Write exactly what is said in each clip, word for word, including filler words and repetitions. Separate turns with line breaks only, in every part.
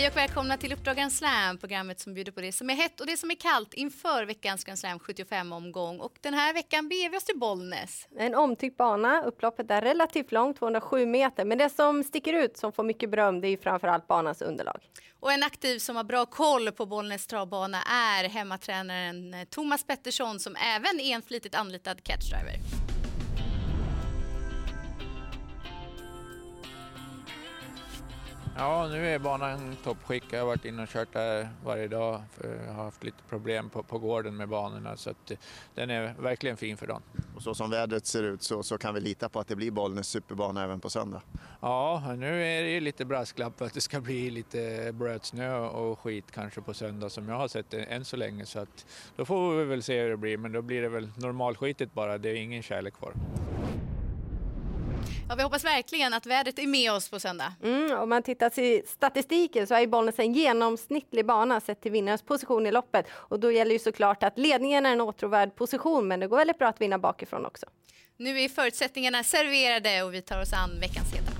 Hej och välkomna till Uppdrag Grand Slam, programmet som bjuder på det som är hett och det som är kallt inför veckans Grand Slam sjuttiofem-omgång. Och den här veckan beger vi oss till Bollnäs.
En omtyckt bana, upploppet är relativt långt, tvåhundrasju meter. Men det som sticker ut, som får mycket beröm, det är ju framförallt banans underlag.
Och en aktiv som har bra koll på Bollnäs travbana är hemmatränaren Thomas Pettersson, som även är en flitigt anlitad catchdriver.
Ja, nu är banan toppskick. Jag har varit inne och kört där varje dag. Jag har haft lite problem på, på gården med banorna, så att den är verkligen fin för dagen.
Och så som vädret ser ut så, så kan vi lita på att det blir Bollnäs superbana även på söndag.
Ja, nu är det ju lite brasklapp för att det ska bli lite blötsnö och skit kanske på söndag som jag har sett än så länge. Så att då får vi väl se hur det blir, men då blir det väl normalskitigt bara. Det är ingen kärlek kvar.
Ja, vi hoppas verkligen att vädret är med oss på söndag.
Mm, om man tittar till statistiken så är Bollnäs en genomsnittlig bana sett till vinnarens position i loppet. Och då gäller ju såklart att ledningen är en åtråvärd position, men det går väldigt bra att vinna bakifrån också.
Nu är förutsättningarna serverade och vi tar oss an veckans heta.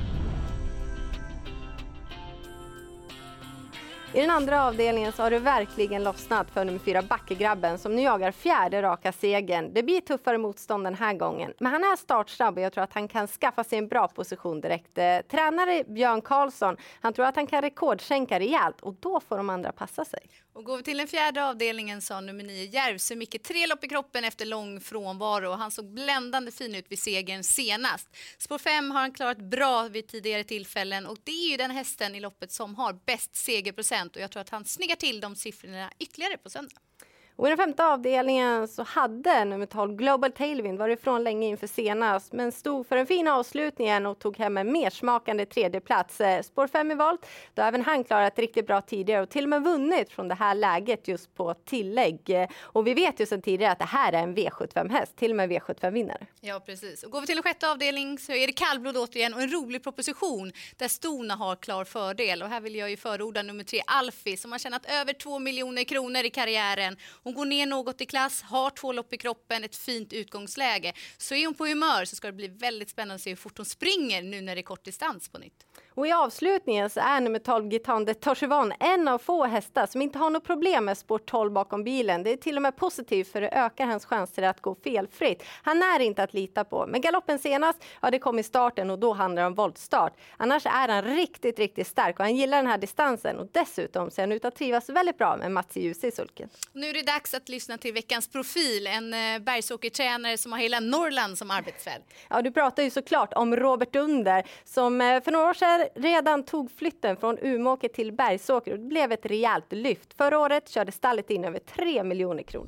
I den andra avdelningen så har det verkligen lossnat för nummer fyra Backegrabben som nu jagar fjärde raka segern. Det blir tuffare motstånd den här gången. Men han är startsnabb och jag tror att han kan skaffa sig en bra position direkt. Eh, tränare Björn Karlsson, han tror att han kan rekordskänka rejält och då får de andra passa sig.
Och går vi till den fjärde avdelningen så har nummer nio Järvsö Micke tre lopp i kroppen efter lång frånvaro. Och han såg bländande fin ut vid segern senast. Spår fem har han klarat bra vid tidigare tillfällen och det är ju den hästen i loppet som har bäst segerprocent. Och jag tror att han snyggar till de siffrorna ytterligare på söndag.
Och i den femte avdelningen så hade nummer tolv Global Tailwind varit ifrån länge inför senast, men stod för en fin avslutning och tog hem en mersmakande tredje plats. Spår fem är valt, då har även han klarat riktigt bra tidigare och till och med vunnit från det här läget just på tillägg. Och vi vet ju sedan tidigare att det här är en V sjuttiofem-häst, till och med V sjuttiofem-vinnare.
Ja, precis. Och går vi till den sjätte avdelning så är det kallblod återigen och en rolig proposition där Stona har klar fördel. Och här vill jag ju förorda nummer tre Alfie som har tjänat över två miljoner kronor i karriären. Hon går ner något i klass, har två lopp i kroppen, ett fint utgångsläge. Så är hon på humör så ska det bli väldigt spännande att se hur fort hon springer nu när det är kort distans på nytt.
Och i avslutningen så är nummer tolv Gitande Torshivan en av få hästar som inte har något problem med spår tolv bakom bilen. Det är till och med positivt för det ökar hans chanser att gå felfritt. Han är inte att lita på. Men galoppen senast, ja det kom i starten och då handlar det om voltstart. Annars är han riktigt, riktigt stark och han gillar den här distansen. Och dessutom ser han ut att trivas väldigt bra med Mats Ljus i sulken.
Nu är det dags att lyssna till veckans profil. En eh, bergsåkertränare som har hela Norrland som arbetsfält.
Ja, du pratar ju såklart om Robert Under som eh, för några år sedan redan tog flytten från Umeåker till Bergsåker och det blev ett rejält lyft. Förra året körde stallet in över tre miljoner kronor.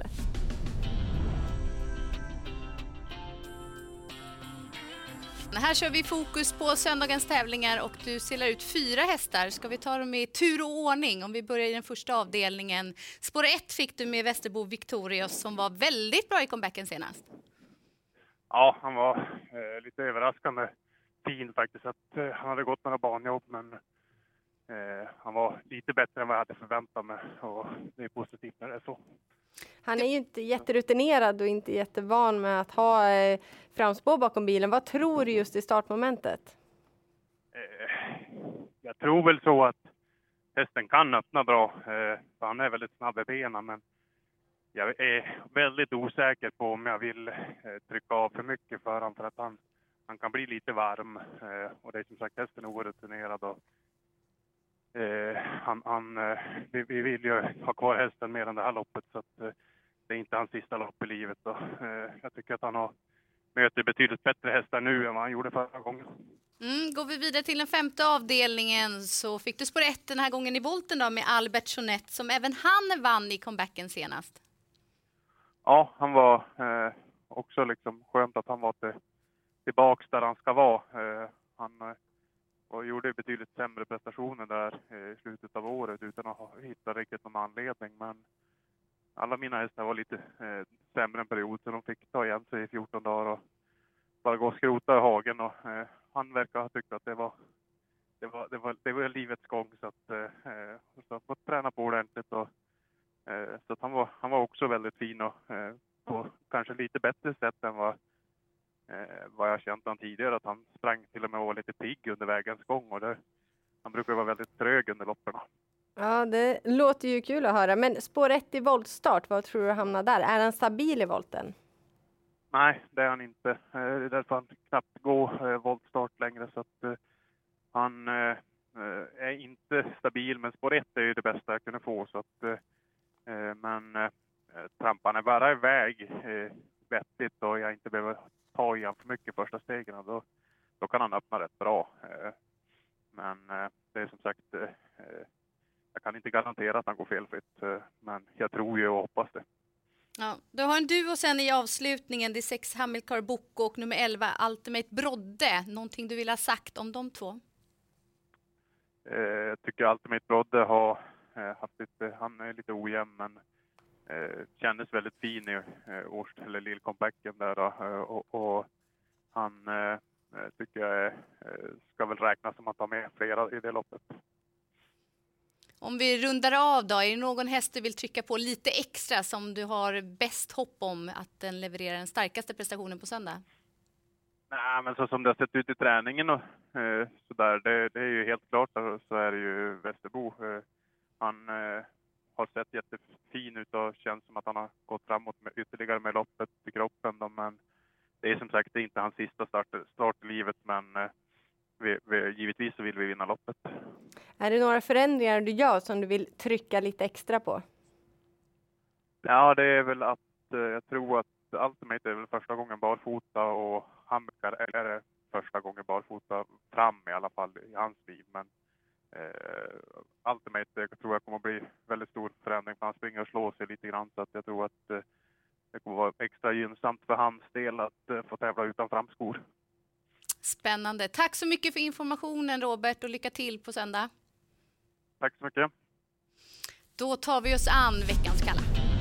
Här kör vi fokus på söndagens tävlingar och du selar ut fyra hästar. Ska vi ta dem i tur och ordning? Om vi börjar i den första avdelningen. Spår ett fick du med Västerbo Victorious som var väldigt bra i comebacken senast.
Ja, han var eh, lite överraskande fin faktiskt. Att, eh, han hade gått några banjobb men eh, han var lite bättre än vad jag hade förväntat mig. Och det är positivt när det är så.
Han är ju inte jätterutinerad och inte jättevan med att ha eh, framspår bakom bilen. Vad tror du just i startmomentet?
Eh, jag tror väl så att hästen kan öppna bra. Eh, för han är väldigt snabb i benen men jag är väldigt osäker på om jag vill eh, trycka av för mycket för honom för att han, han kan bli lite varm. Eh, och det är som sagt hästen är orutinerad och Eh, han, han, eh, vi, vi vill ju ha kvar hästen mer än det här loppet så att eh, det är inte hans sista lopp i livet. Och, eh, jag tycker att han har möter betydligt bättre hästar nu än vad han gjorde förra gången.
Mm, går vi vidare till den femte avdelningen så fick du spår ett den här gången i volten då med Albert Jeanette som även han vann i comebacken senast.
Ja, han var eh, också liksom skönt att han var till, tillbaks där han ska vara. Eh, han eh, och gjorde betydligt sämre prestationer där eh, i slutet av året utan att ha hittat riktigt någon anledning. Men alla mina hästar var lite eh, sämre en period så de fick ta igen sig i fjorton dagar och bara gå och skrota i hagen. Och, eh, han verkar ha tyckt att det var, det var, det var, det var livets gång så att eh, så han fått träna på ordentligt. Och, eh, så att han, var, han var också väldigt fin och eh, på kanske lite bättre sätt än vad Eh, vad jag känt han tidigare, att han sprang till och med och var lite pigg under vägens gång och det, han brukar vara väldigt trög under loppen.
Ja, det låter ju kul att höra. Men spår ett i voltstart, vad tror du hamnar där? Är han stabil i volten?
Nej, det är han inte. Eh, Det är därför han knappt går eh, voltstart längre. Så att, eh, han eh, är inte stabil, men spår ett är ju det bästa jag kunde få. Så att, eh, men eh, trampar han är bara iväg eh, vettigt och jag inte behöver ta i han för mycket första stegen. Då, då kan han öppna rätt bra. Eh, men eh, det är som sagt, eh, jag kan inte garantera att han går felfritt. Eh, men jag tror ju och hoppas det.
Ja, du har en duo sen i avslutningen. Det är sex Hamilcar Bocco och nummer elva Ultimate Brodde. Någonting du vill ha sagt om de två?
Eh, jag tycker Ultimate Brodde har eh, haft lite, han är lite ojämn men eh, kändes väldigt fin i eh, års, eller lillcomebacken där då, eh, och, och han eh, tycker jag eh, ska väl räknas som att ha med flera i det loppet.
Om vi rundar av då, är det någon häst du vill trycka på lite extra som du har bäst hopp om att den levererar den starkaste prestationen på söndag?
Nej, men så som det har sett ut i träningen och eh, så där, det, det är ju helt klart så är det ju Västerbo. Eh, han eh, har sett jättefin ut och känns som att han har gått framåt med, ytterligare med loppet i kroppen då, men det är som sagt det är inte hans sista start, start i livet, men eh, vi, vi, givetvis så vill vi vinna loppet.
Är det några förändringar du gör som du vill trycka lite extra på?
Ja, det är väl att eh, jag tror att Ultimate är väl första gången barfota och Hamilcar är det första gången barfota fram i alla fall i hans liv. Men eh, Ultimate jag tror jag kommer att bli väldigt stor förändring för han springer och slår sig lite grann så att jag tror att eh, det kommer vara extra gynnsamt för hans del att eh, få tävla utan framskor.
Spännande. Tack så mycket för informationen Robert och lycka till på söndag.
Tack så mycket.
Då tar vi oss an veckans kalla.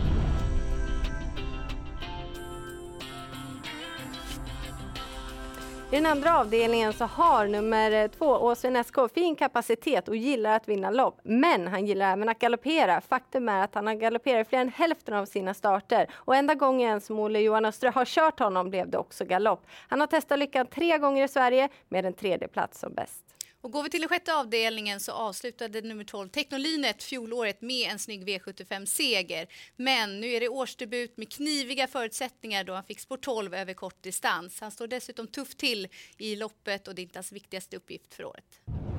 I den andra avdelningen så har nummer två Åsvin S K fin kapacitet och gillar att vinna lopp. Men han gillar även att galoppera. Faktum är att han har galopperat fler än hälften av sina starter. Och enda gången som Olle Johan Östre har kört honom blev det också galopp. Han har testat lyckan tre gånger i Sverige med en tredje plats som bäst.
Och går vi till den sjätte avdelningen så avslutade nummer tolv Technolynet fjolåret med en snygg V sjuttiofem-seger. Men nu är det årsdebut med kniviga förutsättningar då han fick spår tolv över kort distans. Han står dessutom tufft till i loppet och det är inte hans viktigaste uppgift för året.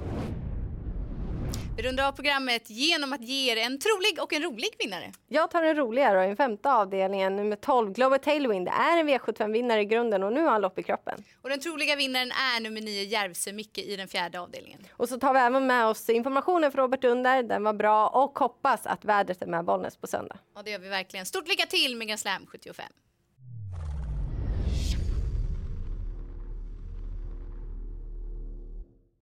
Vi rundar av programmet genom att ge er en trolig och en rolig vinnare.
Jag tar en roligare och i femte avdelningen nummer tolv Global Tailwind är en V sjuttiofem-vinnare i grunden och nu har han lopp i kroppen.
Och den troliga vinnaren är nummer nio Järvsö Micke i den fjärde avdelningen.
Och så tar vi även med oss informationen för Robert Under, den var bra och hoppas att vädret är med Bollnäs på söndag.
Ja, det gör vi verkligen. Stort lycka till med Grand Slam sjuttiofem.